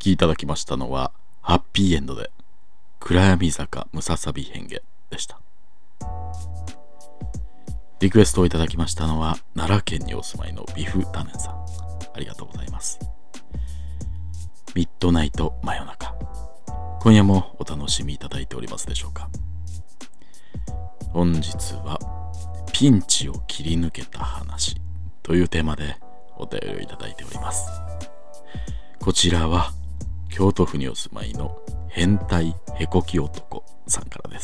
きいただきましたのはハッピーエンドで暗闇坂ムササビ変化でした。リクエストをいただきましたのは奈良県にお住まいのビフタネンさん、ありがとうございます。ミッドナイト真夜中、今夜もお楽しみいただいておりますでしょうか。本日はピンチを切り抜けた話というテーマでお便りをいただいております。こちらは京都府にお住まいの変態へこき男さんからです。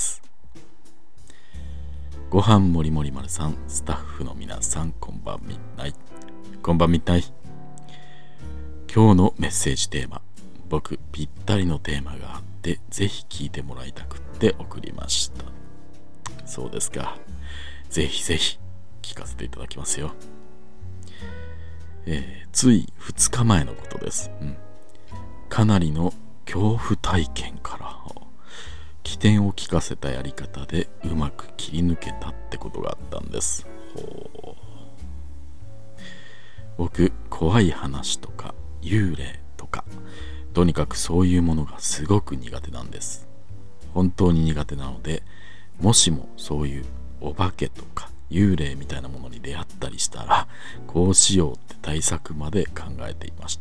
ごはんもりもり丸さん、スタッフの皆さん、こんばんみない。こんばんみない。今日のメッセージテーマ、僕ぴったりのテーマがあってぜひ聞いてもらいたくって送りました。そうですか、ぜひぜひ聞かせていただきますよ。つい2日前のことです。かなりの恐怖体験から起点を利かせたやり方でうまく切り抜けたってことがあったんです。僕、怖い話とか幽霊とかとにかくそういうものがすごく苦手なんです。本当に苦手なので、もしもそういうお化けとか幽霊みたいなものに出会ったりしたらこうしようって対策まで考えていました。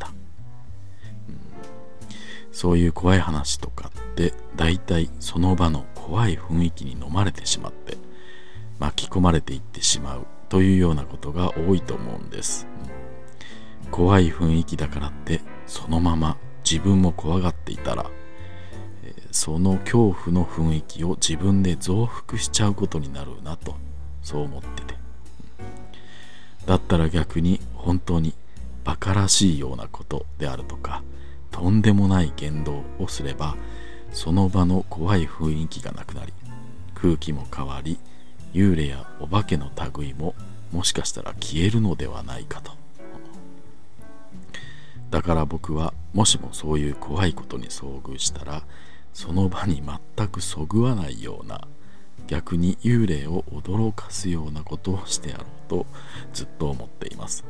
そういう怖い話とかってだいたいその場の怖い雰囲気に飲まれてしまって巻き込まれていってしまうというようなことが多いと思うんです。怖い雰囲気だからってそのまま自分も怖がっていたらその恐怖の雰囲気を自分で増幅しちゃうことになるなと、そう思ってて、だったら逆に本当にバカらしいようなことであるとかとんでもない言動をすればその場の怖い雰囲気がなくなり空気も変わり幽霊やお化けの類ももしかしたら消えるのではないかと。だから僕はもしもそういう怖いことに遭遇したらその場に全くそぐわないような、逆に幽霊を驚かすようなことをしてやろうとずっと思っています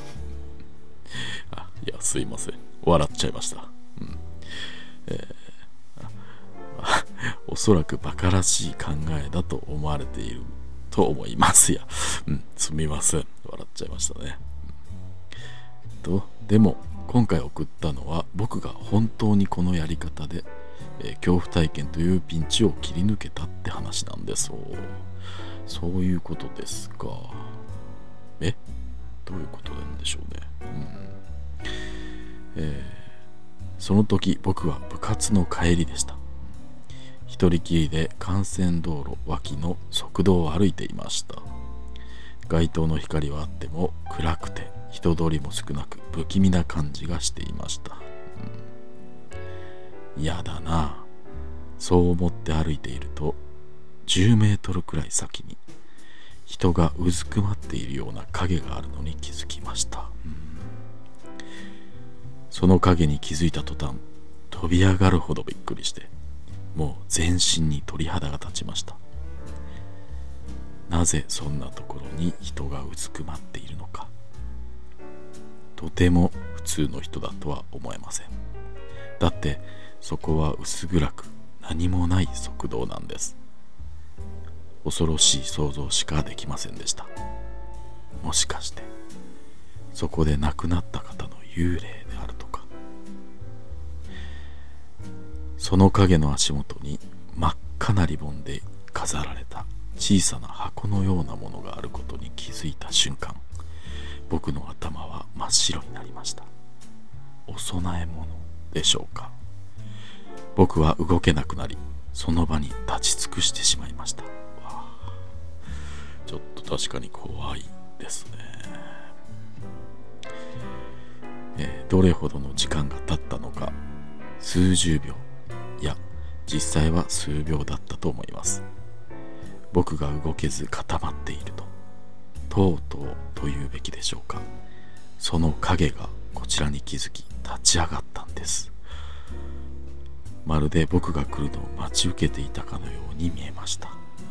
いや、すいません、笑っちゃいました。おそらくバカらしい考えだと思われていると思います。すみません、笑っちゃいましたね。でも今回送ったのは僕が本当にこのやり方で、恐怖体験というピンチを切り抜けたって話なんです。そういうことですか。どういうことなんでしょうね。その時僕は部活の帰りでした。一人きりで幹線道路脇の側道を歩いていました。街灯の光はあっても暗くて人通りも少なく不気味な感じがしていました。嫌だな。そう思って歩いていると10メートルくらい先に人がうずくまっているような影があるのに気づきました。その影に気づいた途端飛び上がるほどびっくりしてもう全身に鳥肌が立ちました。なぜそんなところに人がうずくまっているのか、とても普通の人だとは思えません。だってそこは薄暗く何もない側道なんです。恐ろしい想像しかできませんでした。もしかしてそこで亡くなった方の幽霊であるとか。その影の足元に真っ赤なリボンで飾られた小さな箱のようなものがあることに気づいた瞬間、僕の頭は真っ白になりました。お供え物でしょうか。僕は動けなくなりその場に立ち尽くしてしまいました。ちょっと確かに怖いですね。どれほどの時間が経ったのか、数十秒、いや実際は数秒だったと思います。僕が動けず固まっているとうとうというべきでしょうか、その影がこちらに気づき立ち上がったんです。まるで僕が来るのを待ち受けていたかのように見えました。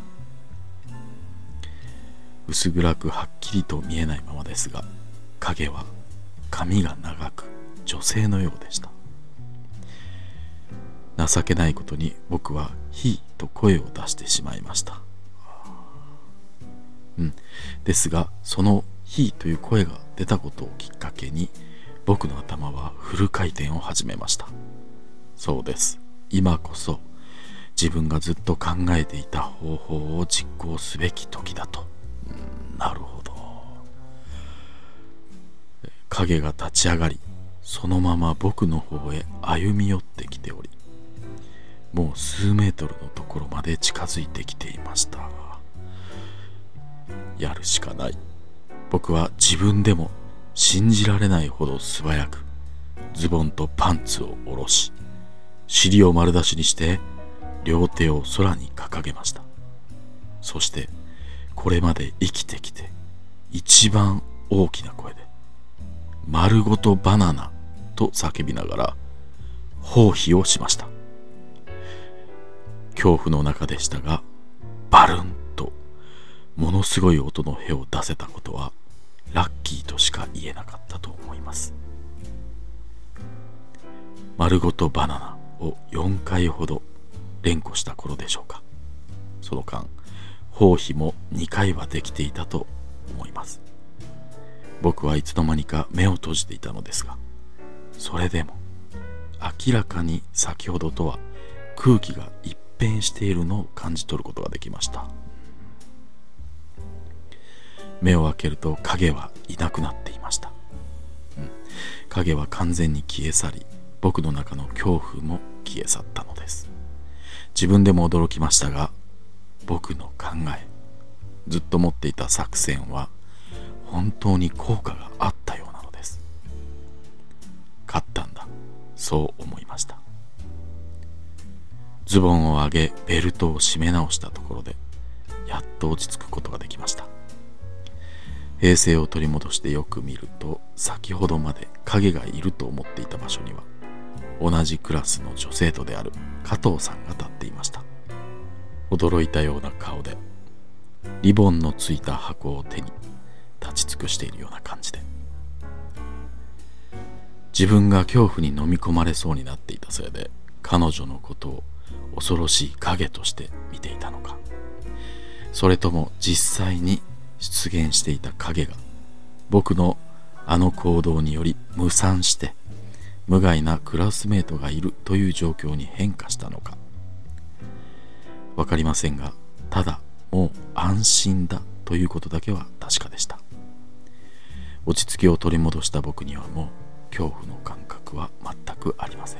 薄暗くはっきりと見えないままですが、影は髪が長く女性のようでした。 情けないことに僕はヒーと声を出してしまいました。ですがそのヒーという声が出たことをきっかけに僕の頭はフル回転を始めました。そうです。今こそ自分がずっと考えていた方法を実行すべき時だと。なるほど。影が立ち上がり、そのまま僕の方へ歩み寄ってきており、もう数メートルのところまで近づいてきていました。やるしかない。僕は自分でも信じられないほど素早くズボンとパンツを下ろし、尻を丸出しにして両手を空に掲げました。そしてこれまで生きてきて一番大きな声で丸ごとバナナと叫びながら放棄をしました。恐怖の中でしたが、バルンとものすごい音のへを出せたことはラッキーとしか言えなかったと思います。丸ごとバナナを4回ほど連呼した頃でしょうか。その間放棄も2回はできていたと思います。僕はいつの間にか目を閉じていたのですが、それでも明らかに先ほどとは空気が一変しているのを感じ取ることができました。目を開けると影はいなくなっていました。影は完全に消え去り、僕の中の恐怖も消え去ったのです。自分でも驚きましたが、僕の考え、ずっと持っていた作戦は本当に効果があったようなのです。勝ったんだ、そう思いました。ズボンを上げベルトを締め直したところでやっと落ち着くことができました。平静を取り戻してよく見ると、先ほどまで影がいると思っていた場所には同じクラスの女生徒である加藤さんが立っていました。驚いたような顔でリボンのついた箱を手に立ち尽くしているような感じで、自分が恐怖に飲み込まれそうになっていたせいで彼女のことを恐ろしい影として見ていたのか、それとも実際に出現していた影が僕のあの行動により無賛して無害なクラスメートがいるという状況に変化したのかわかりませんが、ただもう安心だということだけは確かでした。落ち着きを取り戻した僕にはもう恐怖の感覚は全くありません。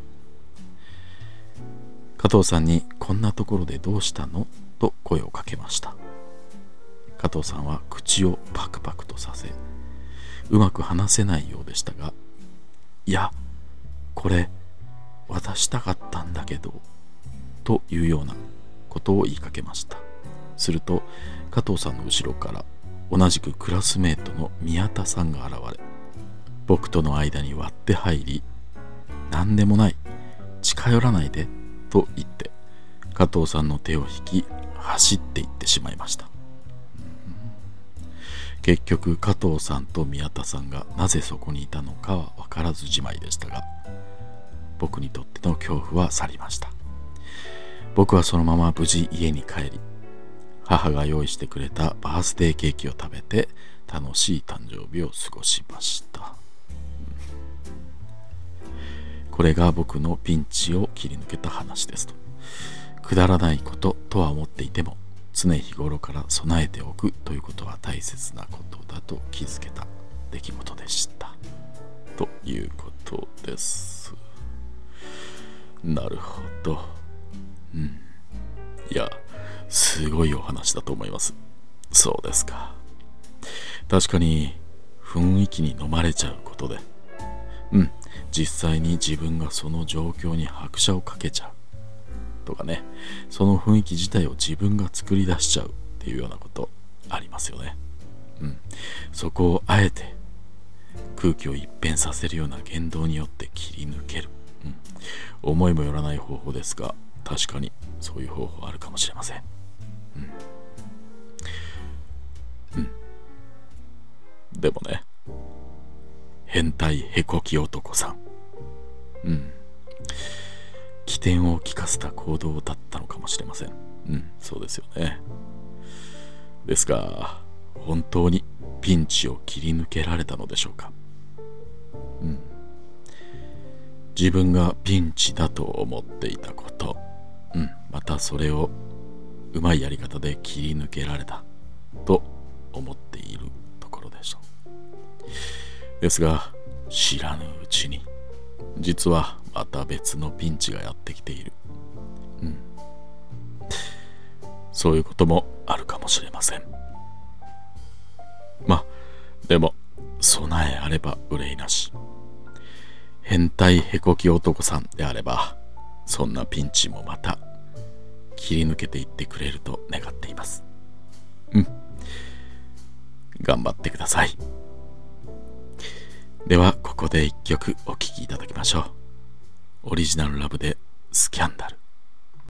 加藤さんにこんなところでどうしたのと声をかけました。加藤さんは口をパクパクとさせ、うまく話せないようでしたが、いや、これ渡したかったんだけどというようなことを言いかけました。すると加藤さんの後ろから同じくクラスメートの宮田さんが現れ、僕との間に割って入り、なんでもない、近寄らないでと言って加藤さんの手を引き走っていってしまいました。結局加藤さんと宮田さんがなぜそこにいたのかは分からずじまいでしたが、僕にとっての恐怖は去りました。僕はそのまま無事家に帰り、母が用意してくれたバースデーケーキを食べて楽しい誕生日を過ごしました。これが僕のピンチを切り抜けた話ですと。くだらないこととは思っていても、常日頃から備えておくということは大切なことだと気づけた出来事でしたということです。なるほど。いや、すごいお話だと思います。そうですか。確かに雰囲気に飲まれちゃうことで、実際に自分がその状況に拍車をかけちゃうとかね、その雰囲気自体を自分が作り出しちゃうっていうようなことありますよね。そこをあえて空気を一変させるような言動によって切り抜ける、思いもよらない方法ですが、確かにそういう方法あるかもしれません。でもね、変態へこき男さん、来点を利かせた行動だったのかもしれません。そうですよね。ですが、本当にピンチを切り抜けられたのでしょうか。自分がピンチだと思っていたこと、またそれをうまいやり方で切り抜けられたと思っているところでしょう。ですが、知らぬうちに実はまた別のピンチがやってきている。そういうこともあるかもしれません。でも備えあれば憂いなし。変態へこき男さんであれば、そんなピンチもまた切り抜けていってくれると願っています。頑張ってください。ではここで一曲お聴きいただきましょう。オリジナルラブでスキャン